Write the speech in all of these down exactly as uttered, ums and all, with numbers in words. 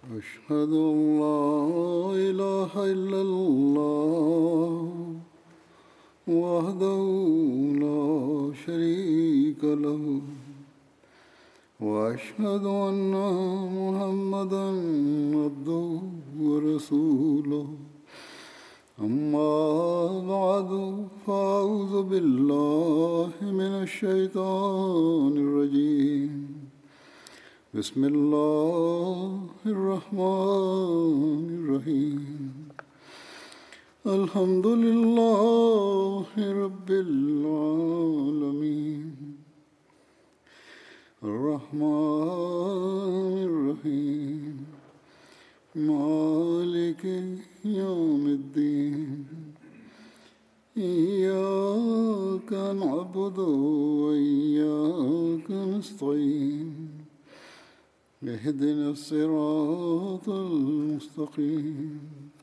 أشهد أن لا إله إلا الله وحده لا شريك له وأشهد أن محمدا عبده ورسوله أما بعد فأعوذ بالله من الشيطان الرجيم بسم الله الرحمن الرحيم الحمد لله رب العالمين الرحمن الرحيم مالك يوم الدين إياك نعبد وإياك نستعين اهدنا الصراط المستقيم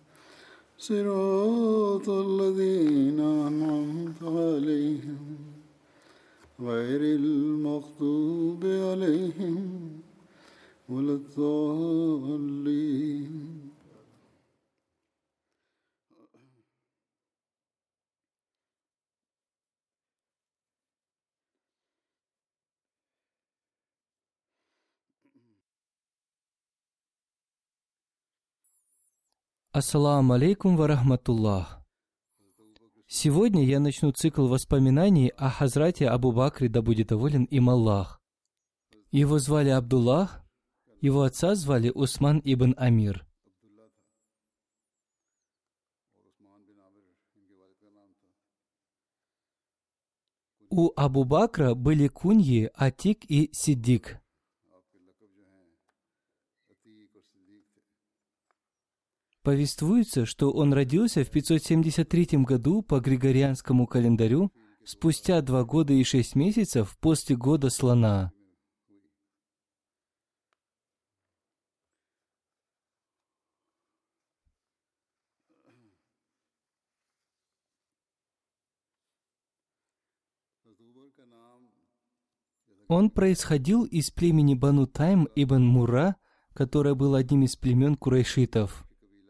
صراط الذين أنعمت عليهم غير المغضوب عليهم ولا الضالين. Ассаламу алейкум ва рахматуллах. Сегодня я начну цикл воспоминаний о Хазрате Абу Бакре, да будет доволен им Аллах. Его звали Абдуллах, его отца звали Усман ибн Амир. У Абу Бакра были куньи Атик и Сиддик. Повествуется, что он родился в пятьсот семьдесят третьем году по Григорианскому календарю, спустя два года и шесть месяцев после года слона. Он происходил из племени Бану Тайм ибн Мурра, которое было одним из племен курайшитов.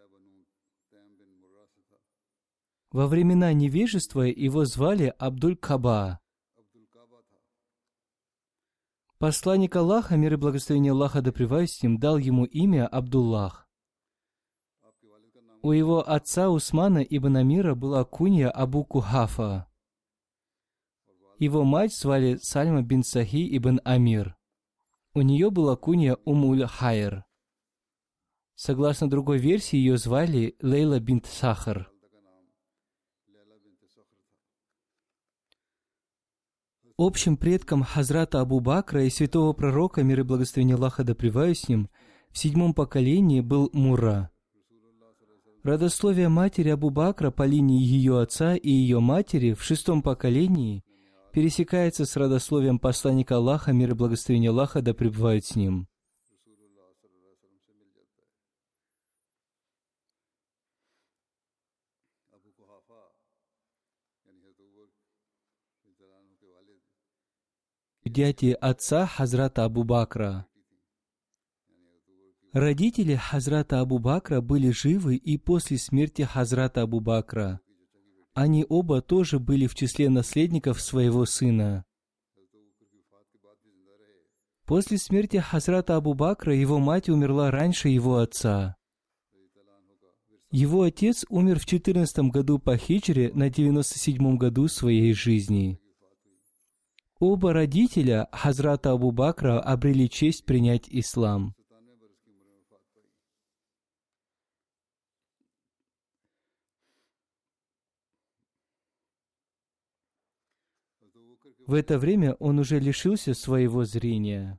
Во времена невежества его звали Абдуль-Каба. Посланник Аллаха, мир и благословение Аллаха да пребывает с ним, дал ему имя Абдуллах. У его отца Усмана ибн Амира была кунья Абу Кухафа. Его мать звали Сальма бин Сахи ибн Амир. У нее была кунья Умуль Хайр. Согласно другой версии, ее звали Лейла бинт Сахар. Общим предком Хазрата Абу Бакра и святого пророка, мир и благословение Аллаха да пребывает с ним, в седьмом поколении был Мурра. Родословие матери Абу Бакра по линии ее отца и ее матери в шестом поколении пересекается с родословием посланника Аллаха, мир и благословение Аллаха да пребывает с ним. Дяди отца Хазрата Абу Бакра. Родители Хазрата Абу Бакра были живы и после смерти Хазрата Абу Бакра. Они оба тоже были в числе наследников своего сына. После смерти Хазрата Абу Бакра его мать умерла раньше его отца. Его отец умер в четырнадцатом году по хиджре на девяносто седьмом году своей жизни. Оба родителя Хазрата Абу Бакра обрели честь принять ислам. В это время он уже лишился своего зрения.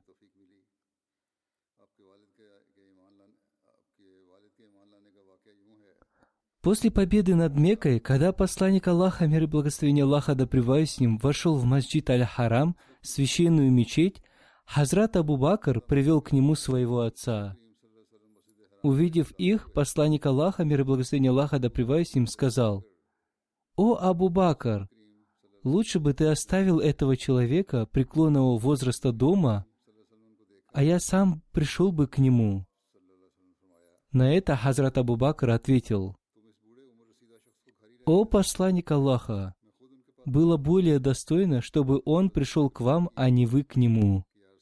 После победы над Меккой, когда посланник Аллаха, мир и благословение Аллаха да пребывает с ним, вошел в масджид Аль-Харам, священную мечеть, Хазрат Абу Бакр привел к нему своего отца. Увидев их, посланник Аллаха, мир и благословение Аллаха да пребывает с ним, сказал: «О Абу Бакр, лучше бы ты оставил этого человека преклонного возраста дома, а я сам пришел бы к нему». На это Хазрат Абу Бакр ответил: «О посланник Аллаха, было более достойно, чтобы он пришел к вам, а не вы к нему».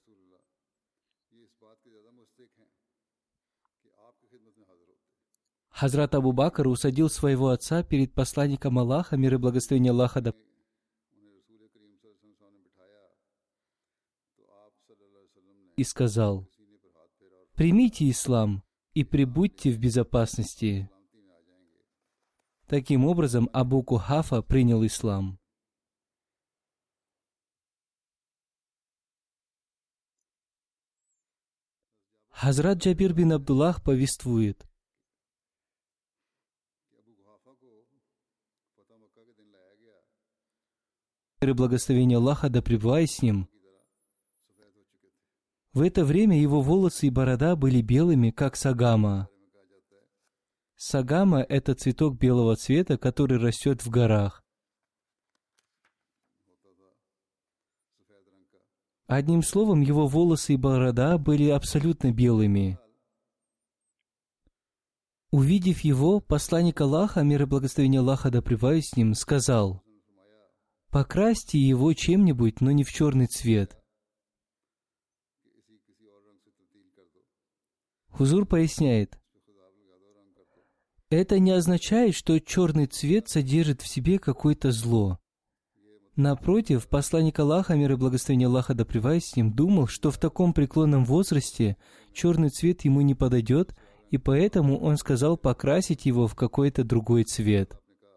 Хазрат Абу Бакр усадил своего отца перед посланником Аллаха, мир и благословение Аллаха да и сказал: «Примите ислам и пребудьте в безопасности». Таким образом, Абу Кухафа принял ислам. Хазрат Джабир бин Абдуллах повествует: мир и благословение Аллаха да пребывает с ним. В это время его волосы и борода были белыми, как сагама. Сагама — это цветок белого цвета, который растет в горах. Одним словом, его волосы и борода были абсолютно белыми. Увидев его, посланник Аллаха, мир и благословение Аллаха да пребывает с ним, сказал: «Покрасьте его чем-нибудь, но не в черный цвет». Хузур поясняет: это не означает, что черный цвет содержит в себе какое-то зло. Напротив, посланник Аллаха, мир и благословение Аллаха да пребывает с ним, думал, что в таком преклонном возрасте черный цвет ему не подойдет, и поэтому он сказал покрасить его в какой-то другой цвет.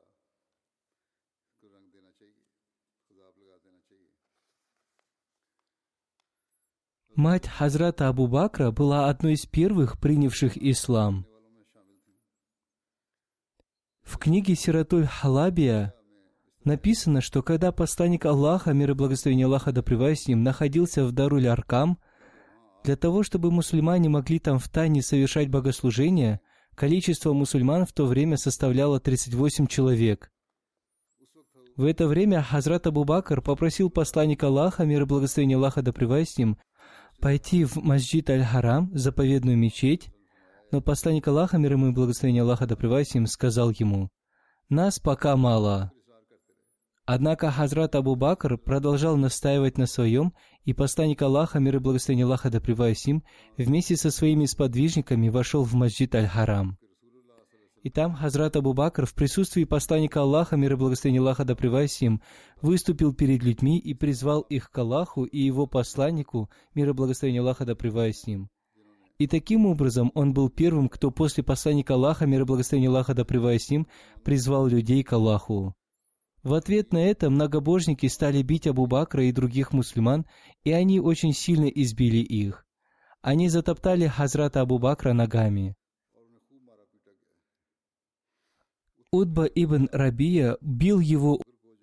Мать Хазрата Абу Бакра была одной из первых, принявших ислам. В книге Сиратуль Халабия написано, что когда посланник Аллаха, мир и благословение Аллаха да пребывает с ним, находился в Даруль Аркам, для того, чтобы мусульмане могли там втайне совершать богослужения, количество мусульман в то время составляло тридцать восемь человек. В это время Хазрат Абу Бакр попросил посланника Аллаха, мир и благословение Аллаха да пребывает с ним, пойти в Масджид Аль-Харам, заповедную мечеть, но посланник Аллаха, мир ему и благословение Аллаха да пребывает с ним, сказал ему: «Нас пока мало». Однако Хазрат Абу Бакр продолжал настаивать на своем, и посланник Аллаха, мир и благословение Аллаха да пребывает с ним, вместе со своими сподвижниками вошел в Масджид Аль-Харам. И там Хазрат Абу Бакр в присутствии посланника Аллаха, мир и благословение Аллаха да пребывает с ним, выступил перед людьми и призвал их к Аллаху и его посланнику, мир и благословение Аллаха да пребывает с ним. И таким образом он был первым, кто после посланника Аллаха, мир и благословение Аллаха да пребывает с ним, призвал людей к Аллаху. В ответ на это многобожники стали бить Абу Бакра и других мусульман, и они очень сильно избили их. Они затоптали Хазрата Абу Бакра ногами. Утба ибн Рабия бил его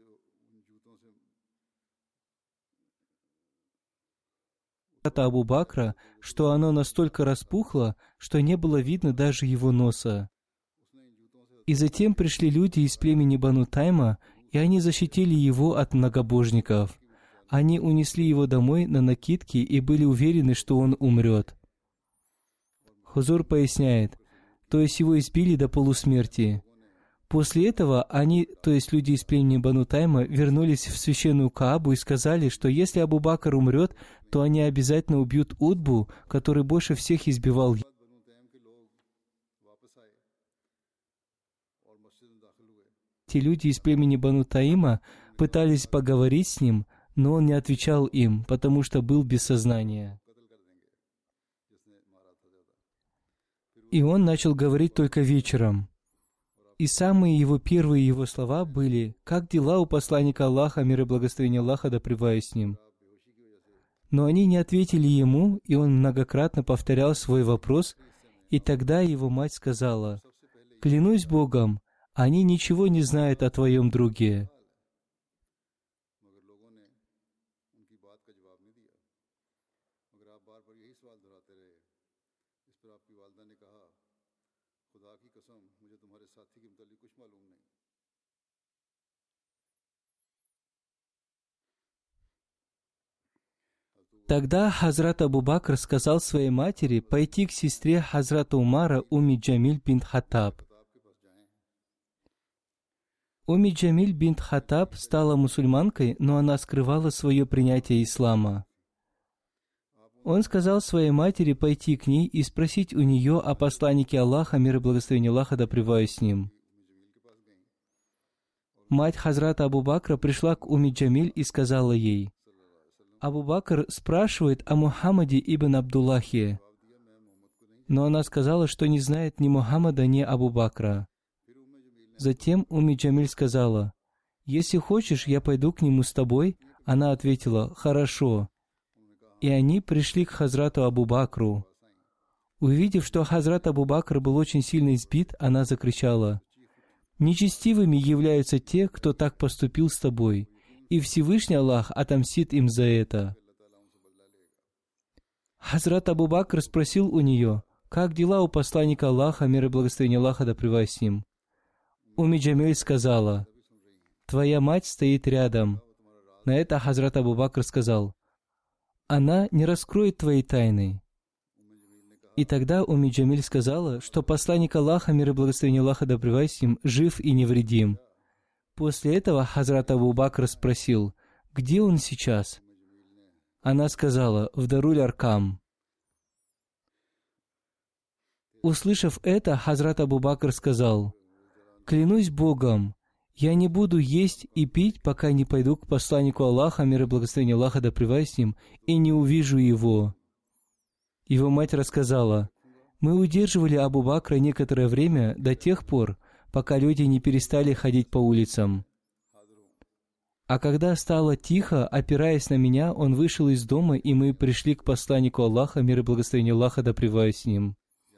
Абу Бакра, что оно настолько распухло, что не было видно даже его носа. И затем пришли люди из племени Бану Тайма, и они защитили его от многобожников. Они унесли его домой на накидке и были уверены, что он умрет. Хузур поясняет, то есть его избили до полусмерти. После этого они, то есть люди из племени Бану Тайма, вернулись в священную Каабу и сказали, что если Абу Бакр умрет, то они обязательно убьют Утбу, который больше всех избивал. Те люди из племени Бану Таима пытались поговорить с ним, но он не отвечал им, потому что был без сознания. И он начал говорить только вечером. И самые его первые его слова были: «Как дела у посланника Аллаха, мир и благословение Аллаха да пребывает с ним?» Но они не ответили ему, и он многократно повторял свой вопрос, и тогда его мать сказала: «Клянусь Богом, они ничего не знают о твоем друге». Тогда Хазрат Абу Бакр сказал своей матери пойти к сестре Хазрата Умара Умми Джамиль бинт Хаттаб. Умми Джамиль бинт Хаттаб стала мусульманкой, но она скрывала свое принятие ислама. Он сказал своей матери пойти к ней и спросить у нее о посланнике Аллаха, мир и благословение Аллаха да пребывает с ним. Мать Хазрата Абу Бакра пришла к Умми Джамиль и сказала ей: Абу Бакр спрашивает о Мухаммаде ибн Абдуллахе, но она сказала, что не знает ни Мухаммада, ни Абу Бакра. Затем Умми Джамиль сказала: «Если хочешь, я пойду к нему с тобой?» Она ответила: «Хорошо». И они пришли к Хазрату Абу Бакру. Увидев, что Хазрат Абу Бакр был очень сильно избит, она закричала: «Нечестивыми являются те, кто так поступил с тобой, и Всевышний Аллах отомстит им за это». Хазрат Абу Бакр спросил у нее: «Как дела у посланника Аллаха, мир и благословение Аллаха да пребывает с ним?» Умми Джамиль сказала: «Твоя мать стоит рядом». На это Хазрат Абу Бакр сказал: «Она не раскроет твоей тайны». И тогда Умми Джамиль сказала, что посланник Аллаха, мир и благословение Аллаха да пребывает с ним, жив и невредим. После этого Хазрат Абу Бакр спросил: «Где он сейчас?» Она сказала: «В Даруль-Аркам». Услышав это, Хазрат Абу Бакр сказал: «Клянусь Богом, я не буду есть и пить, пока не пойду к посланнику Аллаха, мир и благословение Аллаха да пребывает с ним, и не увижу его». Его мать рассказала: «Мы удерживали Абу Бакра некоторое время до тех пор, пока люди не перестали ходить по улицам. А когда стало тихо, опираясь на меня, он вышел из дома, и мы пришли к посланнику Аллаха, мир и благословение Аллаха да пребывает с ним.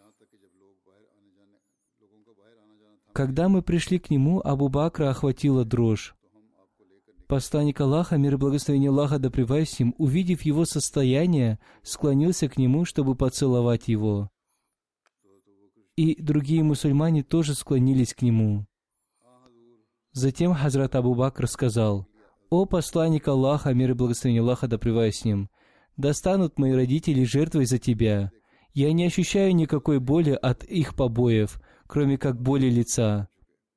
Когда мы пришли к нему, Абу Бакра охватила дрожь. Посланник Аллаха, мир и благословение Аллаха да пребывает с ним, увидев его состояние, склонился к нему, чтобы поцеловать его. И другие мусульмане тоже склонились к нему. Затем Хазрат Абу Бакр сказал: «О посланник Аллаха, мир и благословение Аллаха да пребывает с ним, да станут мои родители жертвой за тебя. Я не ощущаю никакой боли от их побоев, кроме как боли лица.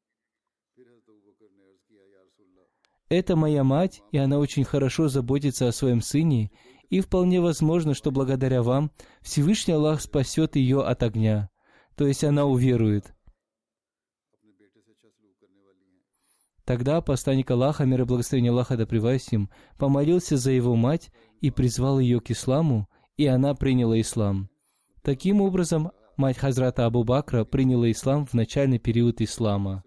Это моя мать, и она очень хорошо заботится о своем сыне, и вполне возможно, что благодаря вам Всевышний Аллах спасет ее от огня». То есть она уверует. Тогда посланник Аллаха, мир и благословение Аллаха да пребывает с ним, помолился за его мать и призвал ее к исламу, и она приняла ислам. Таким образом, мать Хазрата Абу Бакра приняла ислам в начальный период ислама.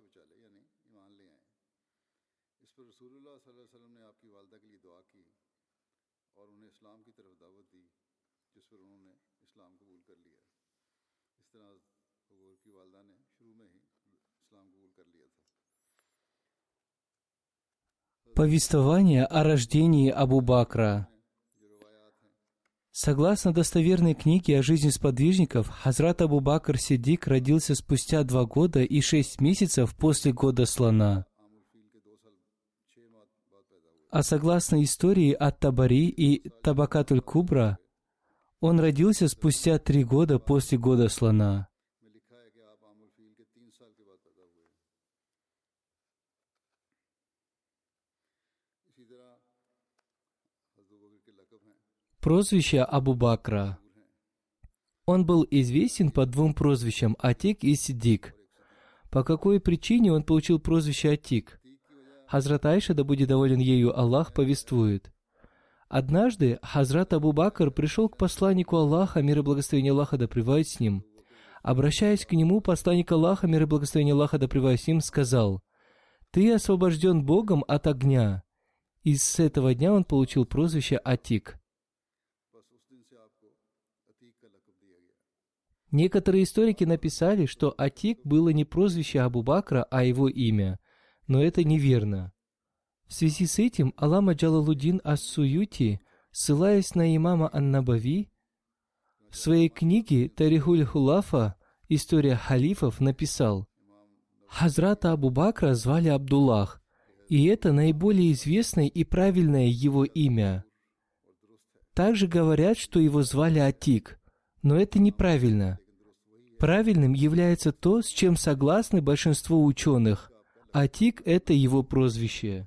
Повествование о рождении Абу Бакра. Согласно достоверной книге о жизни сподвижников, Хазрат Абу Бакр Сиддик родился спустя два года и шесть месяцев после года слона. А согласно истории Ат-Табари и Табакатуль-Кубра, он родился спустя три года после года слона. Прозвище Абу Бакра. Он был известен под двум прозвищам — Атик и Сиддик. По какой причине он получил прозвище Атик? Хазрат Айша, да будет доволен ею Аллах, повествует: однажды Хазрат Абу Бакр пришел к посланнику Аллаха, мир и благословение Аллаха да пребывает с ним. Обращаясь к нему, посланник Аллаха, мир и благословение Аллаха да пребывает с ним, сказал: «Ты освобожден Богом от огня». И с этого дня он получил прозвище Атик. Некоторые историки написали, что Атик было не прозвище Абу Бакра, а его имя, но это неверно. В связи с этим Аллама Джалалуддин ас-Суюти, ссылаясь на имама Ан-Набави, в своей книге Тарихуль Хулафа «История халифов» написал: Хазрата Абу Бакра звали Абдуллах, и это наиболее известное и правильное его имя. Также говорят, что его звали Атик, но это неправильно. Правильным является то, с чем согласны большинство ученых. Атик — это его прозвище.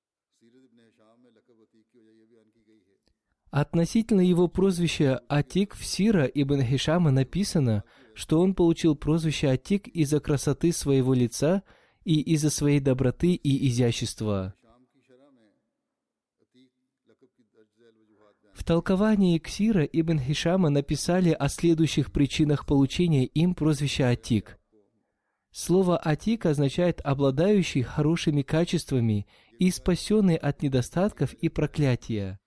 Относительно его прозвища Атик в Сира ибн Хишама написано, что он получил прозвище Атик из-за красоты своего лица и из-за своей доброты и изящества. В толковании Ксира ибн Хишама написали о следующих причинах получения им прозвища Атик. Слово «Атик» означает «обладающий хорошими качествами» и «спасенный от недостатков и проклятия».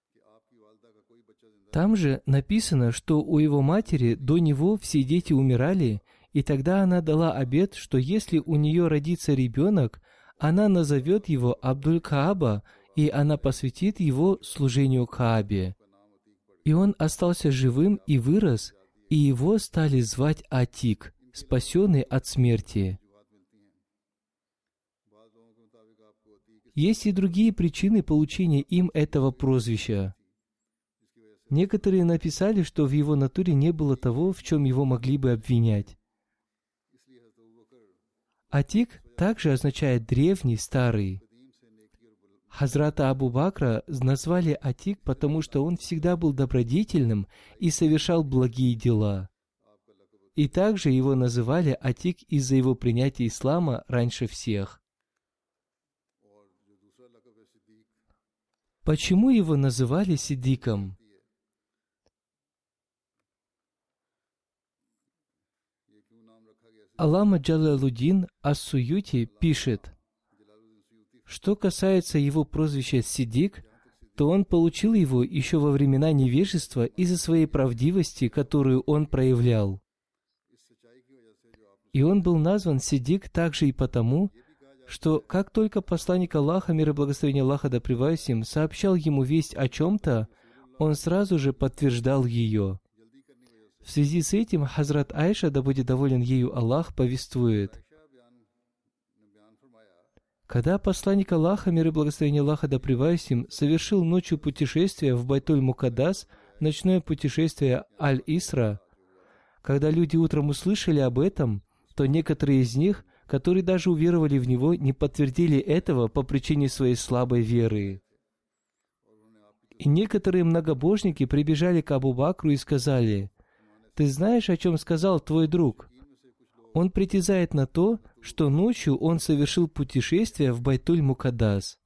Там же написано, что у его матери до него все дети умирали, и тогда она дала обет, что если у нее родится ребенок, она назовет его Абдуль-Кааба, и она посвятит его служению Каабе. И он остался живым и вырос, и его стали звать Атик, спасенный от смерти. Есть и другие причины получения им этого прозвища. Некоторые написали, что в его натуре не было того, в чем его могли бы обвинять. Атик также означает «древний», «старый». Хазрата Абу Бакра назвали Атик, потому что он всегда был добродетельным и совершал благие дела. И также его называли Атик из-за его принятия ислама раньше всех. Почему его называли Сиддиком? Аллама Джалалуддин ас-Суюти пишет: что касается его прозвища Сиддик, то он получил его еще во времена невежества из-за своей правдивости, которую он проявлял. И он был назван Сиддик также и потому, что как только посланник Аллаха, мир и благословение Аллаха да пребывает с ним, сообщал ему весть о чем-то, он сразу же подтверждал ее. В связи с этим Хазрат Айша, да будет доволен ею Аллах, повествует: когда посланник Аллаха, мир и благословение Аллаха да пребывает с ним, совершил ночью путешествие в Байтуль-Мукаддас, ночное путешествие Аль-Исра, когда люди утром услышали об этом, то некоторые из них, которые даже уверовали в него, не подтвердили этого по причине своей слабой веры. И некоторые многобожники прибежали к Абу Бакру и сказали: «Ты знаешь, о чем сказал твой друг? Он притязает на то, что ночью он совершил путешествие в Байтуль-Мукаддас».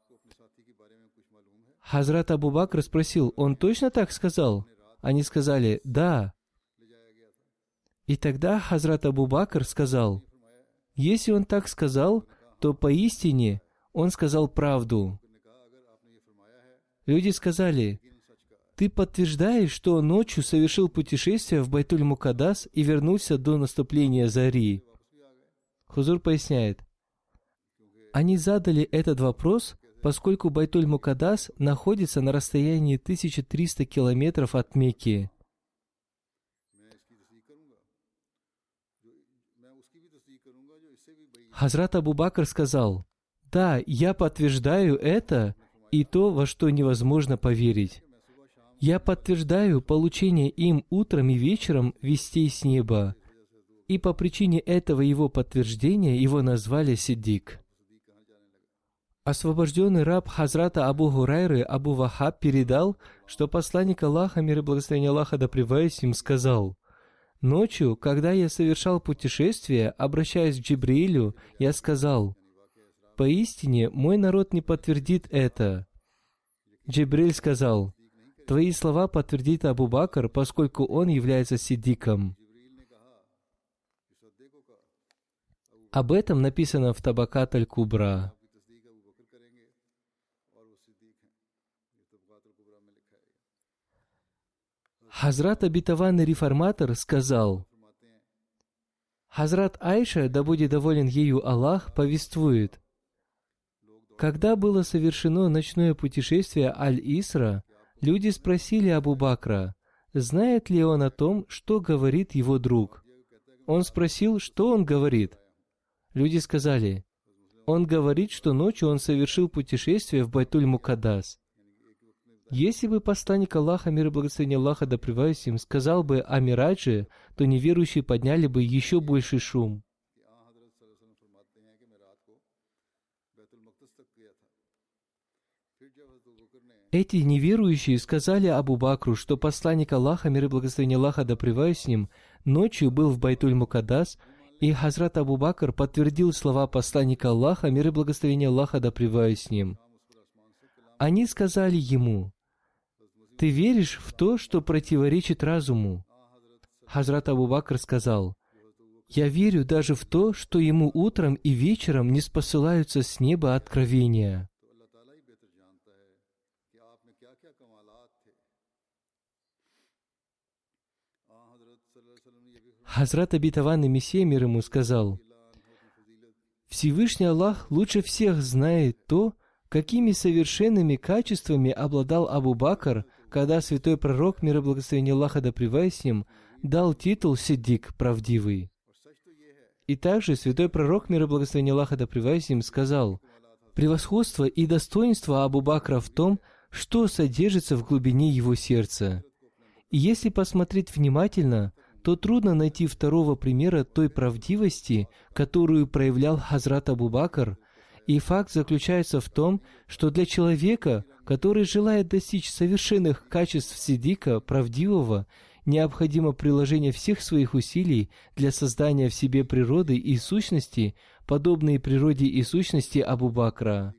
Хазрат Абу Бакр спросил: «Он точно так сказал?» Они сказали: «Да». И тогда Хазрат Абу Бакр сказал: «Если он так сказал, то поистине он сказал правду». Люди сказали: «Ты подтверждаешь, что он ночью совершил путешествие в Байтуль-Мукаддас и вернулся до наступления зари?» Хузур поясняет: они задали этот вопрос, поскольку Байтуль-Мукаддас находится на расстоянии тысяча триста километров от Мекки. Хазрат Абу Бакр сказал: «Да, я подтверждаю это и то, во что невозможно поверить. Я подтверждаю получение им утром и вечером вестей с неба, и по причине этого его подтверждения его назвали Сиддик». Освобожденный раб Хазрата Абу Гурайры Абу Вахаб передал, что посланник Аллаха, мир и благословение Аллаха да пребывает с ним, сказал: «Ночью, когда я совершал путешествие, обращаясь к Джибрилю, я сказал: поистине мой народ не подтвердит это». Джибриль сказал: «Твои слова подтвердит Абу Бакр, поскольку он является Сиддиком». Об этом написано в Табакат аль-Кубра. Хазрат обетованный реформатор сказал: Хазрат Айша, да будет доволен ею Аллах, повествует: когда было совершено ночное путешествие Аль-Исра, люди спросили Абу Бакра, знает ли он о том, что говорит его друг. Он спросил, что он говорит. Люди сказали: он говорит, что ночью он совершил путешествие в Байтуль-Мукаддас. Если бы посланник Аллаха, мир и благословение Аллаха да пребывает с ним, сказал бы о мирадже, то неверующие подняли бы еще больший шум. Эти неверующие сказали Абу Бакру, что посланник Аллаха, мир и благословение Аллаха да пребывает с ним, ночью был в Байтуль-Мукаддас, и Хазрат Абу Бакр подтвердил слова посланника Аллаха, мир и благословение Аллаха да пребывает с ним. Они сказали ему: «Ты веришь в то, что противоречит разуму?» Хазрат Абу Бакр сказал: «Я верю даже в то, что ему утром и вечером не спосылаются с неба откровения». Хазрат обетованный Мессия, мир ему, сказал: «Всевышний Аллах лучше всех знает то, какими совершенными качествами обладал Абу Бакр, когда святой пророк, мир и благословение Аллаха да пребывает с ним, дал титул Сиддик, правдивый». И также святой пророк, мир и благословение Аллаха да пребывает с ним, сказал: «Превосходство и достоинство Абу Бакра в том, что содержится в глубине его сердца». И если посмотреть внимательно, то трудно найти второго примера той правдивости, которую проявлял Хазрат Абу Бакр. И факт заключается в том, что для человека, который желает достичь совершенных качеств сиддика, правдивого, необходимо приложение всех своих усилий для создания в себе природы и сущности, подобные природе и сущности Абу Бакра.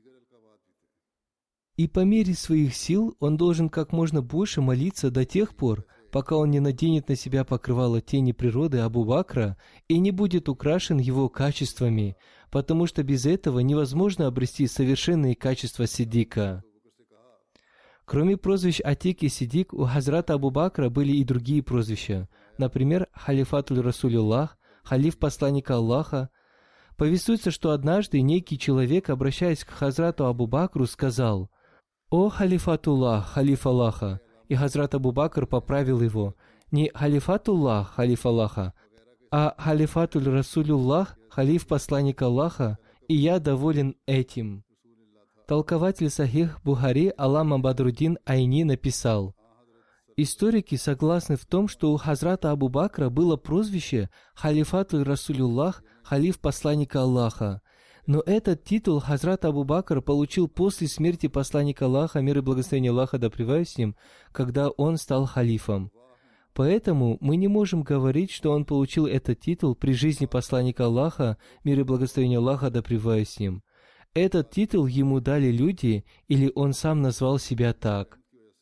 И по мере своих сил он должен как можно больше молиться до тех пор, пока он не наденет на себя покрывало тени природы Абу Бакра и не будет украшен его качествами, потому что без этого невозможно обрести совершенные качества сиддика. Кроме прозвищ Атик и Сиддик, у Хазрата Абу Бакра были и другие прозвища, например, Халифатуль Расулюллах, халиф посланника Аллаха. Повествуется, что однажды некий человек, обращаясь к Хазрату Абу Бакру, сказал: «О Халифатуллах, халиф Аллаха!» И Хазрат Абу Бакр поправил его: не Халифатуллах, халиф Аллаха, а Халифатуль Расулюллах, халиф посланника Аллаха, и я доволен этим. Толкователь Сахих Бухари Аллама Бадруддин Айни написал: историки согласны в том, что у Хазрата Абу Бакра было прозвище Халифатуль Расулюллах, халиф посланника Аллаха. Но этот титул Хазрат Абу Бакр получил после смерти посланника Аллаха, мир и благословение Аллаха да пребывает с ним, когда он стал халифом. Поэтому мы не можем говорить, что он получил этот титул при жизни посланника Аллаха, мир и благословение Аллаха да пребывает с ним. Этот титул ему дали люди, или он сам назвал себя так.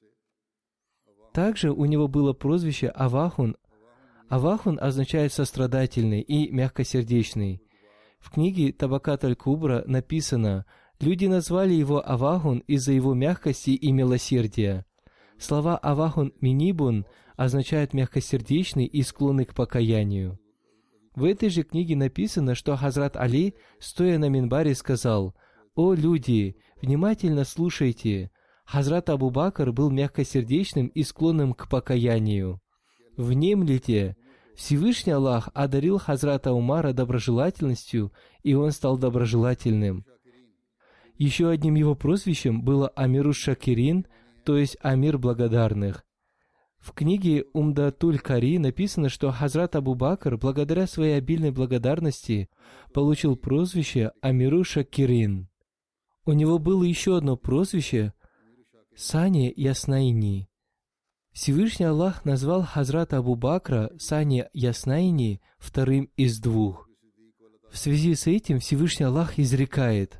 Также у него было прозвище Авахун. Авахун означает сострадательный и мягкосердечный. В книге Табакат аль-Кубра написано: люди назвали его Авахун из-за его мягкости и милосердия. Слова Авахун минибун означают мягкосердечный и склонный к покаянию. В этой же книге написано, что Хазрат Али, стоя на минбаре, сказал: «О люди, внимательно слушайте! Хазрат Абу Бакр был мягкосердечным и склонным к покаянию. Внемлите! Всевышний Аллах одарил Хазрата Умара доброжелательностью, и он стал доброжелательным». Еще одним его прозвищем было Амируш Шакирин, то есть Амир благодарных. В книге Умдатуль Кари написано, что Хазрат Абу Бакр, благодаря своей обильной благодарности, получил прозвище Амируш Шакирин. У него было еще одно прозвище Сани Яснайни. Всевышний Аллах назвал Хазрата Абу Бакра Сани Яснайни вторым из двух. В связи с этим Всевышний Аллах изрекает: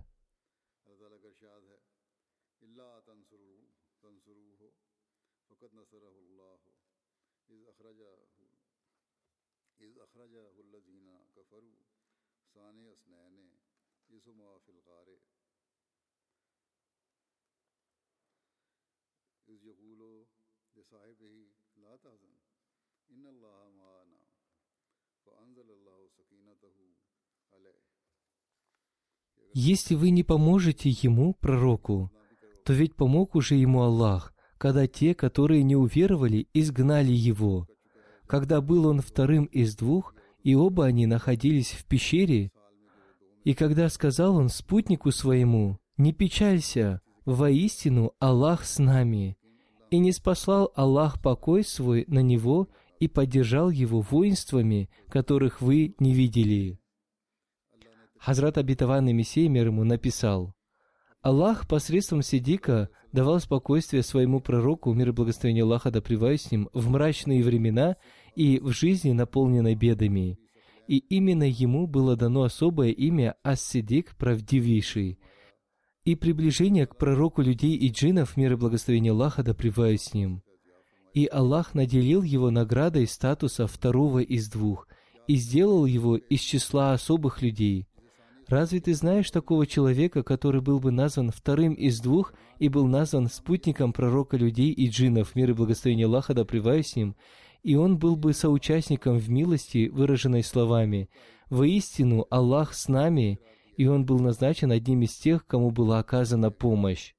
если вы не поможете ему, пророку, то ведь помог уже ему Аллах, когда те, которые не уверовали, изгнали его. Когда был он вторым из двух, и оба они находились в пещере, и когда сказал он спутнику своему: «Не печалься, воистину Аллах с нами», И не спаслал Аллах покой свой на него и поддержал его воинствами, которых вы не видели. Хазрат обетованный Мессия мир ему написал: Аллах посредством Сиддика давал спокойствие своему пророку, мир и благословение Аллаха да пребывает с ним, в мрачные времена и в жизни, наполненной бедами. И именно ему было дано особое имя Ас-Сиддик, правдивейший. И приближение к пророку людей и джиннов, мир и благословение Аллаха да пребывает с ним. И Аллах наделил его наградой статуса второго из двух и сделал его из числа особых людей. Разве ты знаешь такого человека, который был бы назван вторым из двух и был назван спутником пророка людей и джиннов, мир и благословение Аллаха да пребывает с ним, и он был бы соучастником в милости, выраженной словами: «Воистину Аллах с нами», и он был назначен одним из тех, кому была оказана помощь.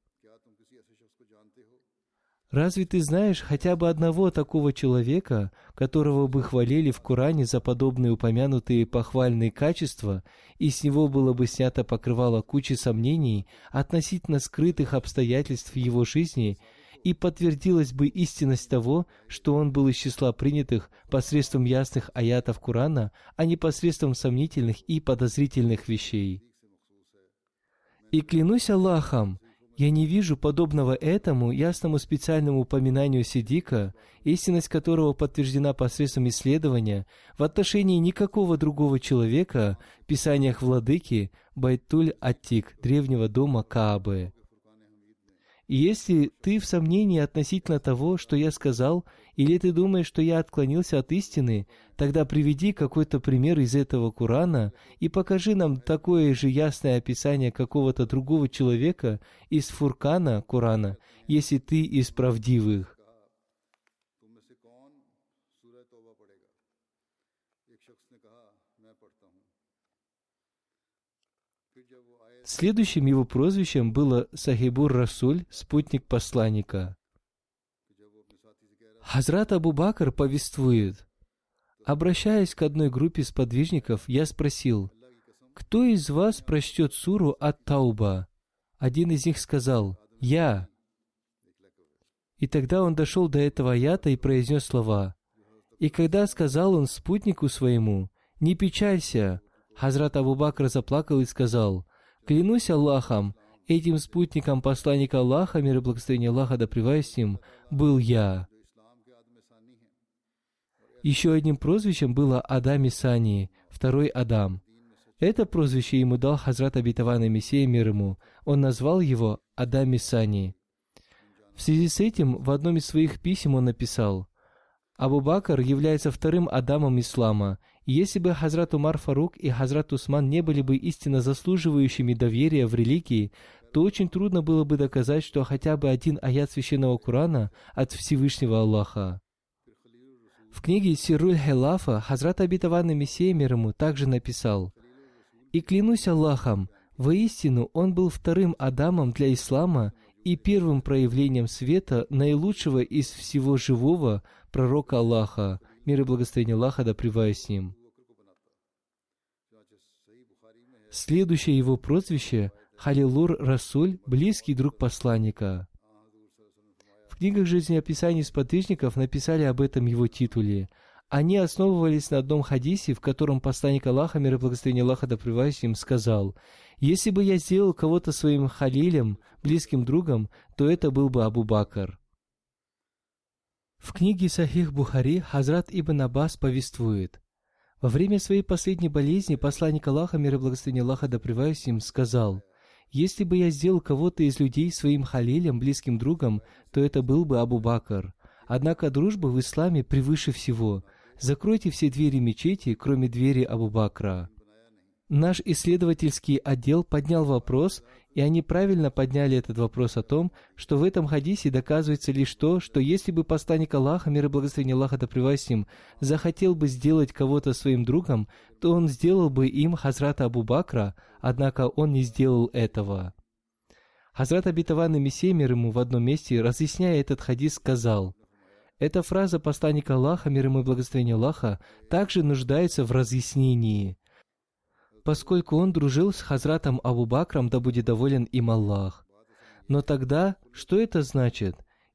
Разве ты знаешь хотя бы одного такого человека, которого бы хвалили в Коране за подобные упомянутые похвальные качества, и с него было бы снято покрывало кучи сомнений относительно скрытых обстоятельств его жизни, и подтвердилась бы истинность того, что он был из числа принятых посредством ясных аятов Корана, а не посредством сомнительных и подозрительных вещей? И клянусь Аллахом, я не вижу подобного этому ясному специальному упоминанию Сиддика, истинность которого подтверждена посредством исследования, в отношении никакого другого человека в писаниях владыки Байтуль-Аттик, древнего дома Каабы. И если ты в сомнении относительно того, что я сказал, или ты думаешь, что я отклонился от истины, тогда приведи какой-то пример из этого Корана и покажи нам такое же ясное описание какого-то другого человека из Фуркана Корана, если ты из правдивых. Следующим его прозвищем было Сахибур Расуль, спутник посланника. Хазрат Абу Бакр повествует: обращаясь к одной группе сподвижников, я спросил: «Кто из вас прочтет суру Ат-Тауба?» Один из них сказал: «Я». И тогда он дошел до этого аята и произнес слова: «И когда сказал он спутнику своему: не печалься», Хазрат Абу Бакр заплакал и сказал: «Клянусь Аллахом, этим спутником посланника Аллаха, мир и благословение Аллаха да пребывает с ним, был я». Еще одним прозвищем было Адам Сани, второй Адам. Это прозвище ему дал Хазрат обетованный Мессия мир ему. Он назвал его Адам Сани. В связи с этим в одном из своих писем он написал: Абу Бакр является вторым Адамом ислама. И если бы Хазрат Умар Фарук и Хазрат Усман не были бы истинно заслуживающими доверия в религии, то очень трудно было бы доказать, что хотя бы один аят священного Корана от Всевышнего Аллаха. В книге Сируль Хелафа Хазрат обетованный Мессия мир ему также написал: «И клянусь Аллахом, воистину он был вторым Адамом для ислама и первым проявлением света наилучшего из всего живого пророка Аллаха, мир и благословение Аллаха да пребывает с ним». Следующее его прозвище — Халилур Расуль, близкий друг посланника. В книгах жизнеописаний сподвижников написали об этом его титуле. Они основывались на одном хадисе, в котором посланник Аллаха, мир и благословение Аллаха да пребывает с ним, сказал: «Если бы я сделал кого-то своим халилем, близким другом, то это был бы Абу Бакр». В книге Сахих Бухари Хазрат Ибн Аббас повествует: во время своей последней болезни посланник Аллаха, мир и благословение Аллаха да пребывает с ним, сказал: «Если бы я сделал кого-то из людей своим халилем, близким другом, то это был бы Абу Бакр. Однако дружба в исламе превыше всего. Закройте все двери мечети, кроме двери Абу Бакра». Наш исследовательский отдел поднял вопрос, и они правильно подняли этот вопрос о том, что в этом хадисе доказывается лишь то, что если бы посланник Аллаха, мир и благословение Аллаха да пребывает с ним, захотел бы сделать кого-то своим другом, то он сделал бы им Хазрата Абу Бакра, однако он не сделал этого. Хазрат обетованный Мессия мир ему в одном месте, разъясняя этот хадис, сказал: «Эта фраза посланника Аллаха, мир ему и благословение Аллаха, также нуждается в разъяснении, поскольку он дружил с Хазратом Абу Бакром, да будет доволен им Аллах». Но тогда, что это значит?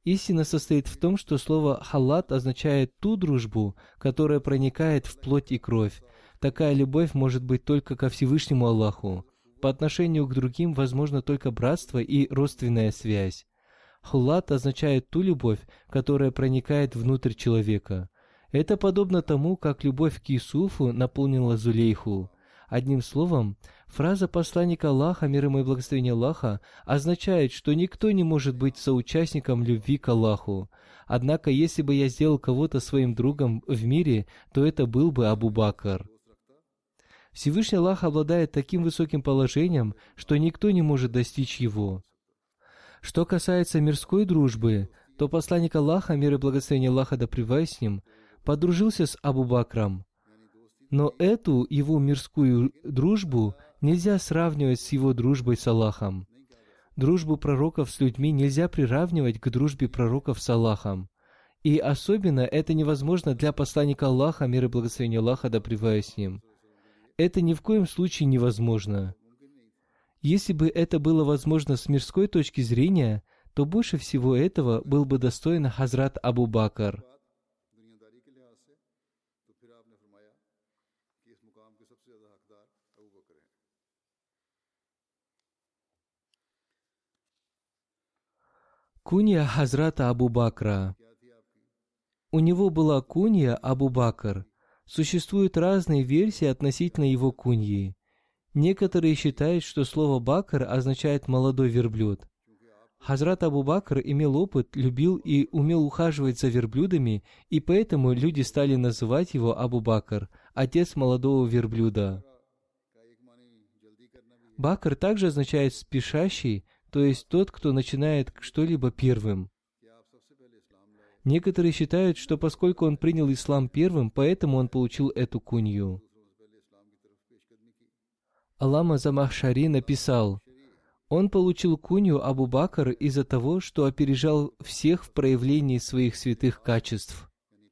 Истина состоит в том, что слово «халат» означает ту дружбу, которая проникает в плоть и кровь. Такая любовь может быть только ко Всевышнему Аллаху. По отношению к другим возможно только братство и родственная связь. Халат означает ту любовь, которая проникает внутрь человека. Это подобно тому, как любовь к Юсуфу наполнила Зулейху. Одним словом, фраза посланника Аллаха, мир ему и благословение Аллаха, означает, что никто не может быть соучастником любви к Аллаху. Однако, если бы я сделал кого-то своим другом в мире, то это был бы Абу Бакр. Всевышний Аллах обладает таким высоким положением, что никто не может достичь его. Что касается мирской дружбы, то посланник Аллаха, мир и благословение Аллаха да пребывает с ним, подружился с Абу Бакром. Но эту его мирскую дружбу нельзя сравнивать с его дружбой с Аллахом. Дружбу пророков с людьми нельзя приравнивать к дружбе пророков с Аллахом. И особенно это невозможно для посланника Аллаха, мир и благословение Аллаха да пребывает с ним. Это ни в коем случае невозможно. Если бы это было возможно с мирской точки зрения, то больше всего этого был бы достоин Хазрат Абу Бакр. Кунья Хазрата Абу Бакра. У него была кунья Абу Бакр. Существуют разные версии относительно его куньи. Некоторые считают, что слово «бакр» означает «молодой верблюд». Хазрат Абу Бакр имел опыт, любил и умел ухаживать за верблюдами, и поэтому люди стали называть его Абу Бакр, отец молодого верблюда. Бакр также означает «спешащий», то есть тот, кто начинает что-либо первым. Некоторые считают, что поскольку он принял ислам первым, поэтому он получил эту кунью. Аллама Замахшари написал: он получил кунью Абу Бакр из-за того, что опережал всех в проявлении своих святых качеств.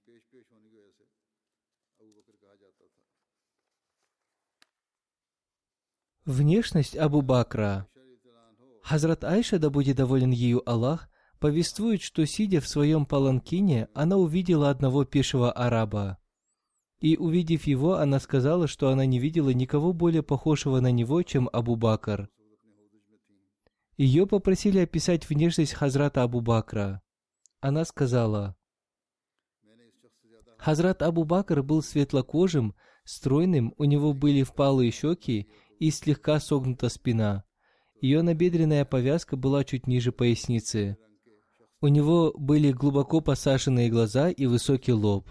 Внешность Абу Бакра. Хазрат Айша, да будет доволен ею Аллах, повествует, что, сидя в своем паланкине, она увидела одного пешего араба. И, увидев его, она сказала, что она не видела никого более похожего на него, чем Абу Бакр. Ее попросили описать внешность Хазрата Абу Бакра. Она сказала: Хазрат Абу Бакр был светлокожим, стройным, у него были впалые щеки и слегка согнута спина. Ее набедренная повязка была чуть ниже поясницы. У него были глубоко посаженные глаза и высокий лоб.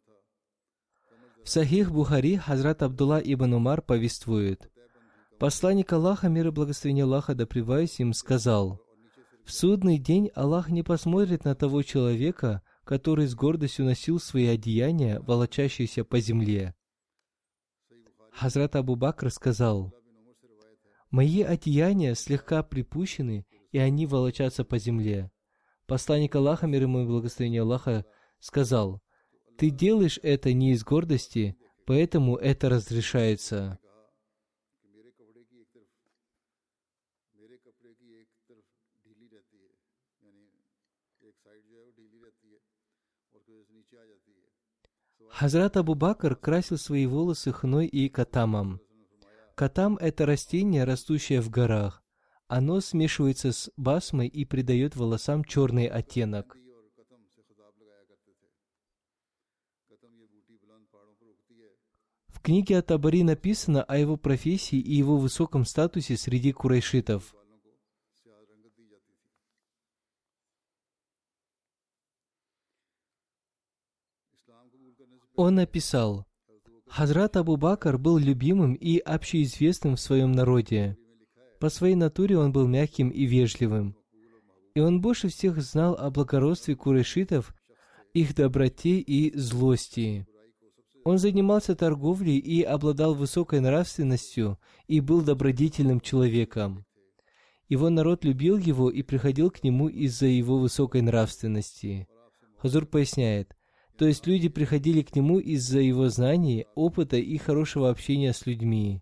В Сахих Бухари Хазрат Абдулла ибн Умар повествует: посланник Аллаха, мир и благословение Аллаха да пребывает с ним, сказал: в судный день Аллах не посмотрит на того человека, который с гордостью носил свои одеяния, волочащиеся по земле. Хазрат Абу Бакр сказал: мои одеяния слегка припущены, и они волочатся по земле. Посланник Аллаха, мир ему и благословение Аллаха, сказал: ты делаешь это не из гордости, поэтому это разрешается. Хазрат Абу Бакр красил свои волосы хной и катамом. Катам – это растение, растущее в горах. Оно смешивается с басмой и придает волосам черный оттенок. В книге Ат-Табари написано о его профессии и его высоком статусе среди курайшитов. Он написал: Хазрат Абу Бакр был любимым и общеизвестным в своем народе. По своей натуре он был мягким и вежливым. И он больше всех знал о благородстве курайшитов, их доброте и злости. Он занимался торговлей и обладал высокой нравственностью и был добродетельным человеком. Его народ любил его и приходил к нему из-за его высокой нравственности. Хазур поясняет: то есть люди приходили к нему из-за его знаний, опыта и хорошего общения с людьми.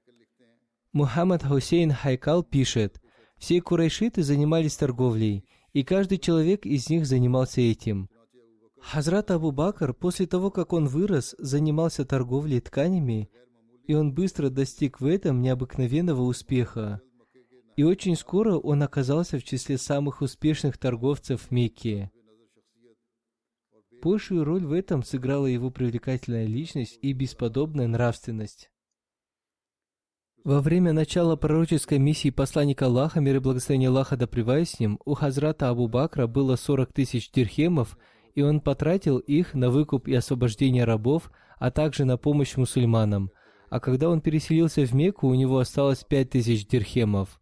Мухаммад Хусейн Хайкал пишет: все курайшиты занимались торговлей, и каждый человек из них занимался этим. Хазрат Абу Бакр, после того, как он вырос, занимался торговлей тканями, и он быстро достиг в этом необыкновенного успеха. И очень скоро он оказался в числе самых успешных торговцев в Мекке. Большую роль в этом сыграла его привлекательная личность и бесподобная нравственность. Во время начала пророческой миссии посланника Аллаха, мир и благословение Аллаха да пребывает с ним, у Хазрата Абу Бакра было сорок тысяч дирхемов, и он потратил их на выкуп и освобождение рабов, а также на помощь мусульманам. А когда он переселился в Мекку, у него осталось пять тысяч дирхемов.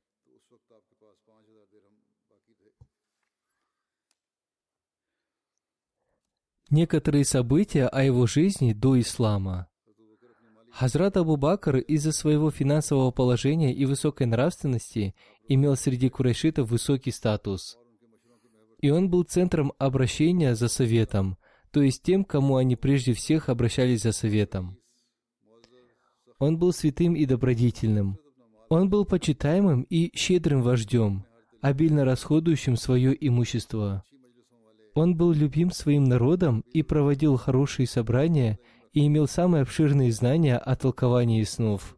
Некоторые события о его жизни до ислама. Хазрат Абу Бакр из-за своего финансового положения и высокой нравственности имел среди курайшитов высокий статус. И он был центром обращения за советом, то есть тем, кому они прежде всех обращались за советом. Он был святым и добродетельным. Он был почитаемым и щедрым вождем, обильно расходующим свое имущество. Он был любим своим народом и проводил хорошие собрания и имел самые обширные знания о толковании снов.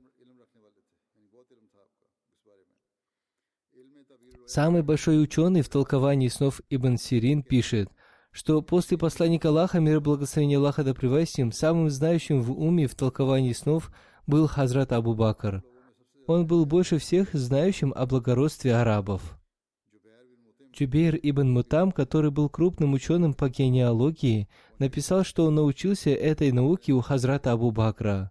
Самый большой ученый в толковании снов Ибн Сирин пишет, что после посланника Аллаха, мир и благословение Аллаха да пребывает с ним, самым знающим в уме в толковании снов был Хазрат Абу Бакр. Он был больше всех знающим о благородстве арабов. Джубейр ибн Мутам, который был крупным ученым по генеалогии, написал, что он научился этой науке у Хазрата Абу Бакра.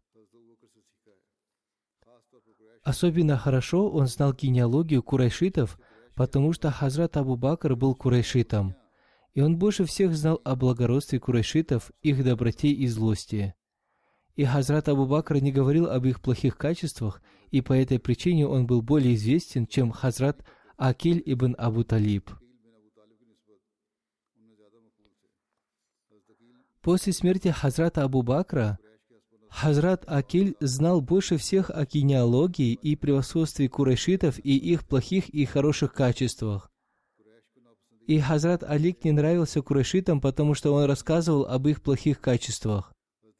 Особенно хорошо он знал генеалогию курайшитов, потому что Хазрат Абу Бакр был курайшитом, и он больше всех знал о благородстве курайшитов, их доброте и злости. И Хазрат Абу Бакр не говорил об их плохих качествах, и по этой причине он был более известен, чем Хазрат Акиль ибн Абу Талиб. После смерти Хазрата Абу Бакра, Хазрат Акиль знал больше всех о генеалогии и превосходстве курайшитов и их плохих и хороших качествах. И Хазрат Алик не нравился курайшитам, потому что он рассказывал об их плохих качествах.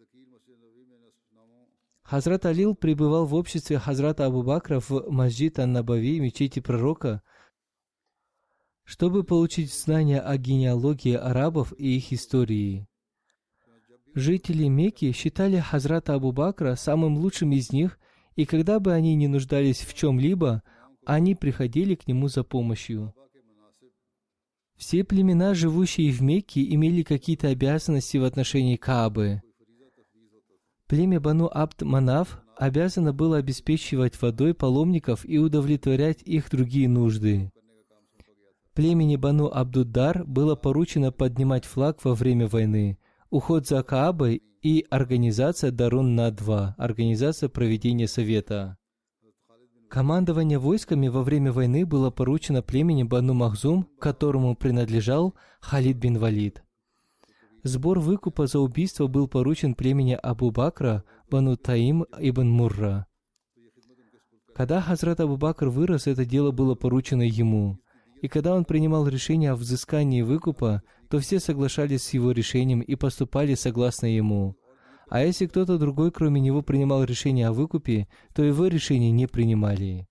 Хазрат Алил пребывал в обществе Хазрата Абу Бакра в Масджид ан-Набави, мечети пророка, чтобы получить знания о генеалогии арабов и их истории. Жители Мекки считали Хазрата Абу Бакра самым лучшим из них, и когда бы они не нуждались в чем-либо, они приходили к нему за помощью. Все племена, живущие в Мекке, имели какие-то обязанности в отношении Каабы. Племя Бану Абд-Манаф обязано было обеспечивать водой паломников и удовлетворять их другие нужды. Племени Бану Абдуддар было поручено поднимать флаг во время войны, уход за Каабой и организация Дарун-Надва, организация проведения совета. Командование войсками во время войны было поручено племени Бану Махзум, которому принадлежал Халид бин Валид. Сбор выкупа за убийство был поручен племени Абу Бакра, Бану Таим ибн Мурра. Когда Хазрат Абу Бакр вырос, это дело было поручено ему. И когда он принимал решение о взыскании выкупа, то все соглашались с его решением и поступали согласно ему. А если кто-то другой, кроме него, принимал решение о выкупе, то его решение не принимали.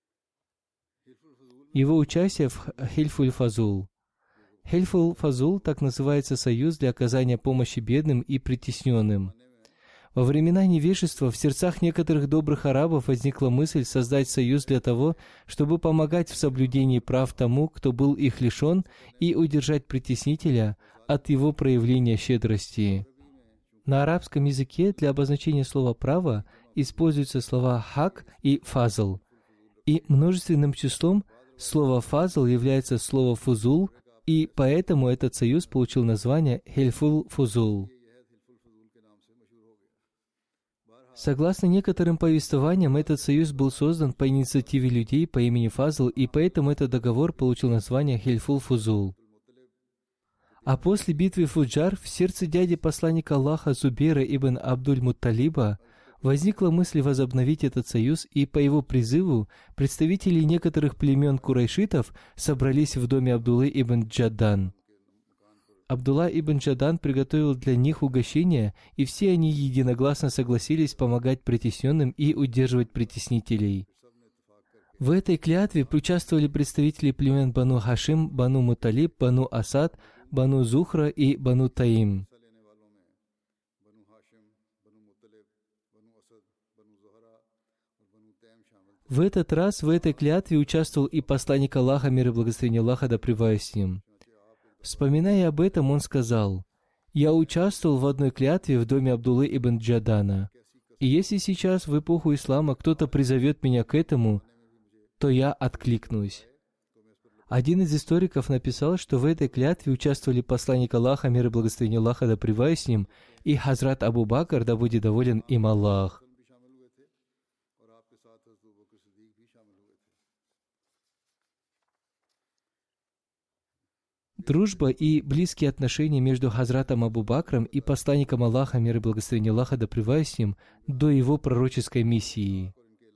Его участие в Хильфуль-Фазул. Хильфуль-Фазул — так называется союз для оказания помощи бедным и притесненным. Во времена невежества в сердцах некоторых добрых арабов возникла мысль создать союз для того, чтобы помогать в соблюдении прав тому, кто был их лишен, и удержать притеснителя от его проявления щедрости. На арабском языке для обозначения слова «право» используются слова «хак» и «фазл». И множественным числом слово «фазл» является слово «фузул», и поэтому этот союз получил название «Хильфуль-Фузул». Согласно некоторым повествованиям, этот союз был создан по инициативе людей по имени Фазл, и поэтому этот договор получил название Хильфуль-Фузул. А после битвы Фуджар в сердце дяди посланника Аллаха Зубейра ибн Абдуль-Мутталиба возникла мысль возобновить этот союз, и по его призыву представители некоторых племен курайшитов собрались в доме Абдуллы ибн Джадан. Абдулла ибн Джадан приготовил для них угощение, и все они единогласно согласились помогать притесненным и удерживать притеснителей. В этой клятве участвовали представители племен Бану Хашим, Бану Муталиб, Бану Асад, Бану Зухра и Бану Таим. В этот раз в этой клятве участвовал и посланник Аллаха, мир и благословение Аллаха, да пребывает с ним. Вспоминая об этом, он сказал: «Я участвовал в одной клятве в доме Абдуллы ибн Джадана, и если сейчас в эпоху ислама кто-то призовет меня к этому, то я откликнусь». Один из историков написал, что в этой клятве участвовали посланник Аллаха, мир и благословение Аллаха, да пребывает с ним, и Хазрат Абу Бакр, да будет доволен им Аллах. Дружба и близкие отношения между Хазратом Абу Бакром и посланником Аллаха, мир и благословение Аллаха, да пребывает с ним, до его пророческой миссии.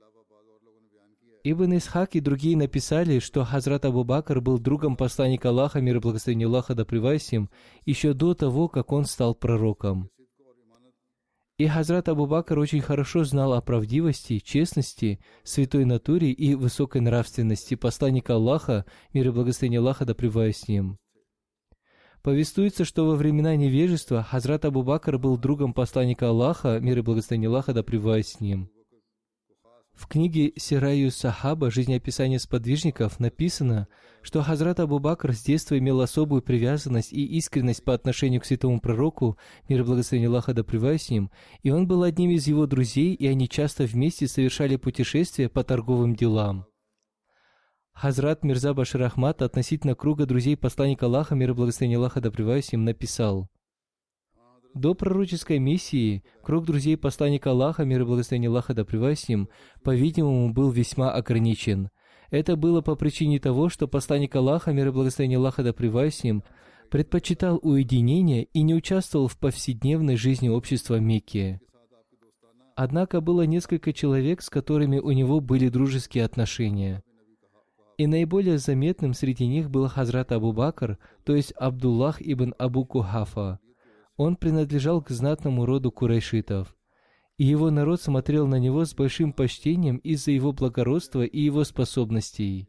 Ибн Исхак и другие написали, что Хазрат Абу Бакр был другом посланника Аллаха, мир и благословение Аллаха, да пребывает с ним, еще до того, как он стал пророком. И Хазрат Абу Бакр очень хорошо знал о правдивости, честности, святой натуре и высокой нравственности посланника Аллаха, мир и благословение Аллаха, да пребывает с ним. Повествуется, что во времена невежества Хазрат Абу Бакр был другом посланника Аллаха, мир и благословение Аллаха, да пребывает с ним. В книге Сираю Сахаба «Жизнеописание сподвижников» написано, что Хазрат Абу Бакр с детства имел особую привязанность и искренность по отношению к святому пророку, мир и благословение Аллаха, да пребывает с ним, и он был одним из его друзей, и они часто вместе совершали путешествия по торговым делам. Хазрат Мирза Башир Ахмад относительно круга друзей посланника Аллаха, мир и благословение Аллаха, да пребывает с ним, написал: «До пророческой миссии круг друзей посланника Аллаха, мир и благословение Аллаха, да пребывает с ним, по-видимому, был весьма ограничен. Это было по причине того, что посланник Аллаха, мир и благословение Аллаха, да пребывает с ним, предпочитал уединение и не участвовал в повседневной жизни общества Мекки. Однако было несколько человек, с которыми у него были дружеские отношения. И наиболее заметным среди них был Хазрат Абу Бакр, то есть Абдуллах ибн Абу Кухафа. Он принадлежал к знатному роду курайшитов, и его народ смотрел на него с большим почтением из-за его благородства и его способностей.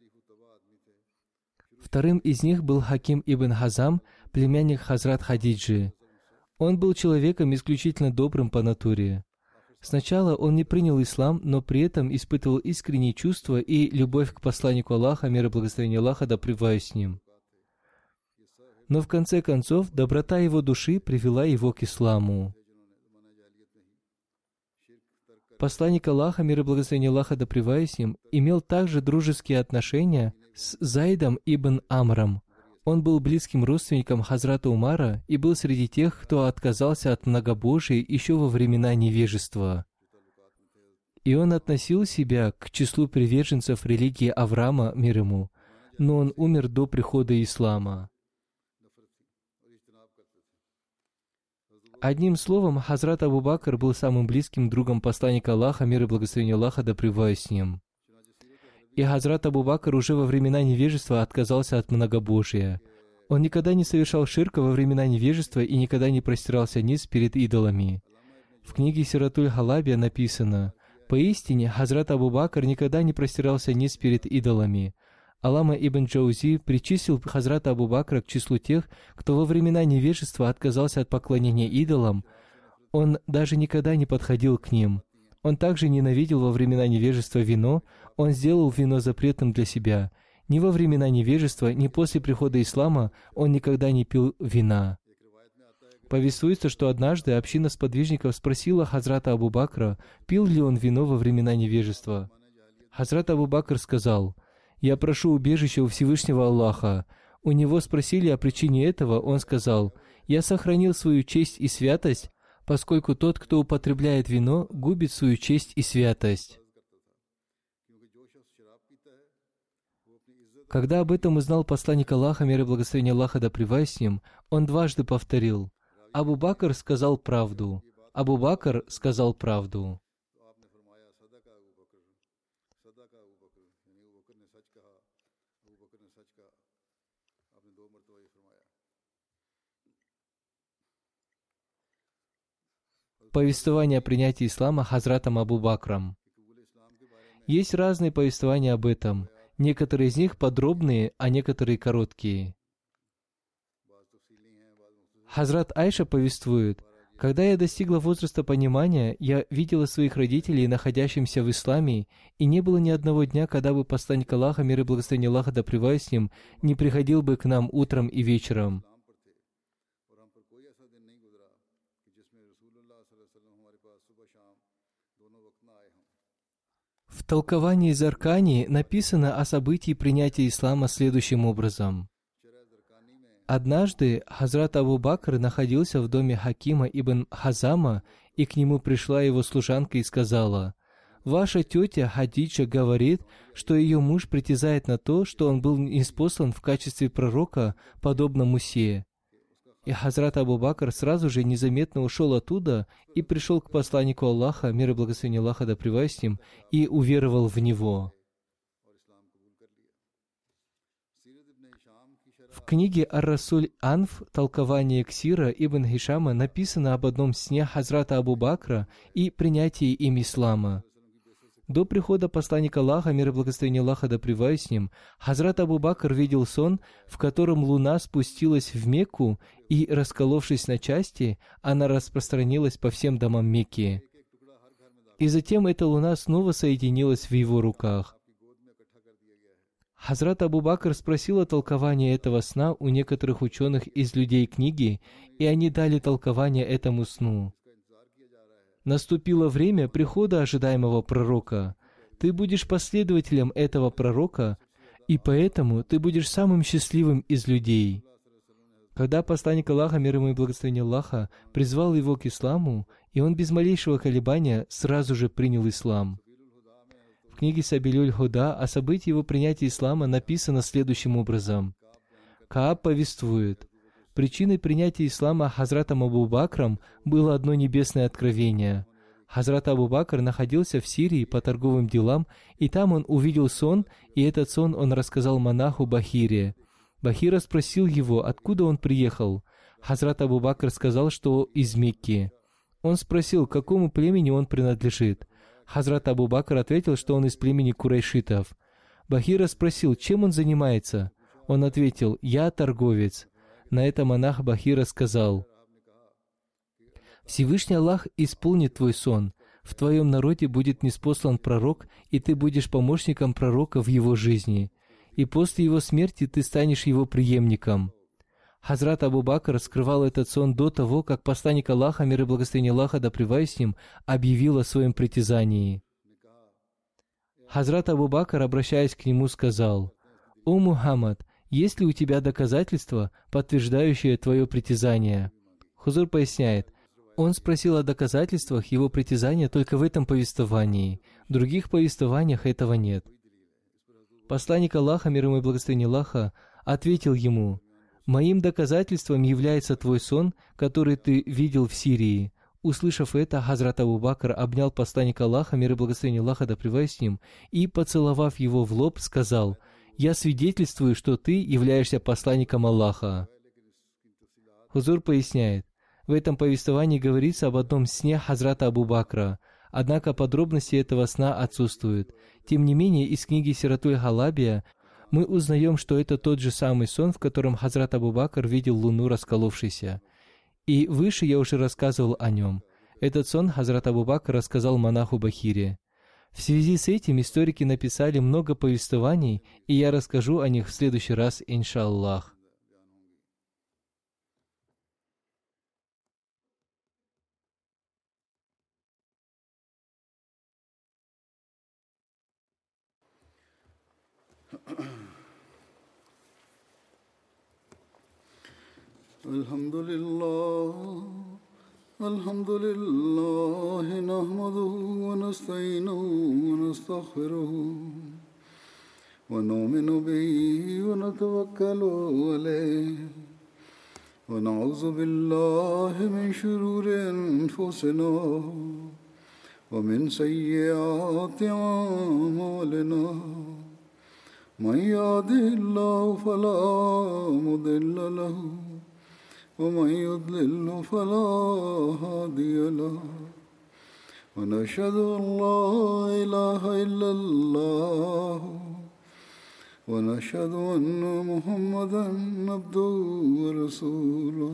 Вторым из них был Хаким ибн Хазам, племянник Хазрат Хадиджи. Он был человеком исключительно добрым по натуре. Сначала он не принял ислам, но при этом испытывал искренние чувства и любовь к посланнику Аллаха, мир и благословение Аллаха, да пребывает с ним. Но в конце концов доброта его души привела его к исламу. Посланник Аллаха, мир и благословение Аллаха, да пребывает с ним, имел также дружеские отношения с Зайдом ибн Амром. Он был близким родственником Хазрата Умара и был среди тех, кто отказался от многобожия еще во времена невежества. И он относил себя к числу приверженцев религии Авраама, мир ему, но он умер до прихода ислама. Одним словом, Хазрат Абу Бакр был самым близким другом посланника Аллаха, мир и благословение Аллаха, да пребывает с ним. И Хазрат Абу Бакр уже во времена невежества отказался от многобожия. Он никогда не совершал ширка во времена невежества и никогда не простирался низ перед идолами. В книге Сиратуль Халабия написано: «Поистине, Хазрат Абу Бакр никогда не простирался низ перед идолами». Аллама ибн Джаузи причислил Хазрата Абу Бакра к числу тех, кто во времена невежества отказался от поклонения идолам. Он даже никогда не подходил к ним. Он также ненавидел во времена невежества вино, он сделал вино запретным для себя. Ни во времена невежества, ни после прихода ислама он никогда не пил вина. Повествуется, что однажды община сподвижников спросила Хазрата Абу Бакра, пил ли он вино во времена невежества. Хазрат Абу Бакр сказал: «Я прошу убежища у Всевышнего Аллаха». У него спросили о причине этого, он сказал: «Я сохранил свою честь и святость, поскольку тот, кто употребляет вино, губит свою честь и святость». Когда об этом узнал посланник Аллаха, мир и благословение Аллаха, да пребывает с ним, он дважды повторил: «Абу Бакр сказал правду». Абу Бакр сказал правду. Повествование о принятии ислама Хазратом Абу Бакром. Есть разные повествования об этом. Некоторые из них подробные, а некоторые короткие. Хазрат Айша повествует: «Когда я достигла возраста понимания, я видела своих родителей, находящимся в исламе, и не было ни одного дня, когда бы посланник Аллаха, мир и благословение Аллаха да пребывает с ним, не приходил бы к нам утром и вечером». В толковании Заркани написано о событии принятия ислама следующим образом. Однажды Хазрат Абу Бакр находился в доме Хакима ибн Хазама, и к нему пришла его служанка и сказала: «Ваша тетя Хадиджа говорит, что ее муж притязает на то, что он был ниспослан в качестве пророка, подобно Мусе». И Хазрат Абу Бакр сразу же незаметно ушел оттуда и пришел к посланнику Аллаха, мир и благословение Аллаха да пребывает с ним, и уверовал в него. В книге Ар-Расуль Анф толкование Ксира ибн Хишама написано об одном сне Хазрата Абу Бакра и принятии им ислама. До прихода посланника Аллаха, мир и благословение Аллаха да пребывает с ним, Хазрат Абу Бакр видел сон, в котором луна спустилась в Мекку, и, расколовшись на части, она распространилась по всем домам Мекки. И затем эта луна снова соединилась в его руках. Хазрат Абу Бакр спросил о толковании этого сна у некоторых ученых из людей книги, и они дали толкование этому сну. Наступило время прихода ожидаемого пророка. Ты будешь последователем этого пророка, и поэтому ты будешь самым счастливым из людей. Когда посланник Аллаха, мир ему и благословение Аллаха, призвал его к исламу, и он без малейшего колебания сразу же принял ислам. В книге Сабилюль Худа о событии его принятия ислама написано следующим образом. Кааб повествует: причиной принятия ислама Хазратом Абу Бакром было одно небесное откровение. Хазрат Абу Бакр находился в Сирии по торговым делам, и там он увидел сон, и этот сон он рассказал монаху Бахире. Бахира спросил его, откуда он приехал. Хазрат Абу Бакр сказал, что из Мекки. Он спросил, к какому племени он принадлежит. Хазрат Абу Бакр ответил, что он из племени курайшитов. Бахира спросил, чем он занимается. Он ответил: «Я торговец». На это монах Бахира сказал: «Всевышний Аллах исполнит твой сон. В твоем народе будет ниспослан пророк, и ты будешь помощником пророка в его жизни. И после его смерти ты станешь его преемником». Хазрат Абу Бакр раскрывал этот сон до того, как посланник Аллаха, мир и благословение Аллаха да пребывает с ним, объявил о своем притязании. Хазрат Абу Бакр, обращаясь к нему, сказал: «О Мухаммад, есть ли у тебя доказательства, подтверждающие твое притязание?» Хузур поясняет: он спросил о доказательствах его притязания только в этом повествовании. В других повествованиях этого нет. Посланник Аллаха, мир ему и благословение Аллаха, ответил ему: «Моим доказательством является твой сон, который ты видел в Сирии». Услышав это, Хазрат Абу Бакр обнял посланника Аллаха, мир и благословение Аллаха да пребывает с ним, и, поцеловав его в лоб, сказал: «Я свидетельствую, что ты являешься посланником Аллаха». Хузур поясняет: в этом повествовании говорится об одном сне Хазрата Абу Бакра, однако подробности этого сна отсутствуют. Тем не менее, из книги Сиратуль Халабия мы узнаем, что это тот же самый сон, в котором Хазрат Абу Бакр видел луну расколовшейся. И выше я уже рассказывал о нем. Этот сон Хазрат Абу Бакр рассказал монаху Бахире. В связи с этим историки написали много повествований, и я расскажу о них в следующий раз, иншаллах. Alhamdulillah, Alhamdulillah, nahmaduhu wa nasta'inuhu wa nastaghfiruhu wa nu'minu bihi wa natawakkalu alayhi ونعوذ بالله من شرور أنفسنا ومن سيئات أعمالنا من يهده الله فلا مضل له ومن يضلل فلا هادي له ونشهد أن لا إله إلا الله ونشهد أن محمدا عبده ورسوله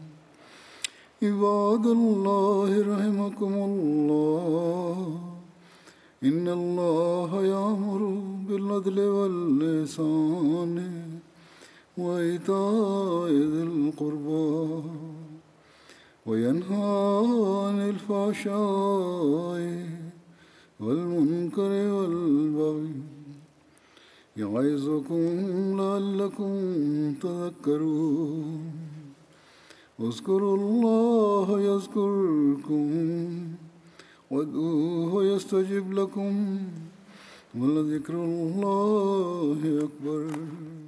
عباد الله رحمكم الله إن الله يأمر بالعدل والإحسان وإيتاء ذي القربى وينهى عن الفحشاء والمنكر والبغي يعظكم لعلكم تذكرون اذكروا الله يذكركم وادعوه يستجب لكم ولذكر الله أكبر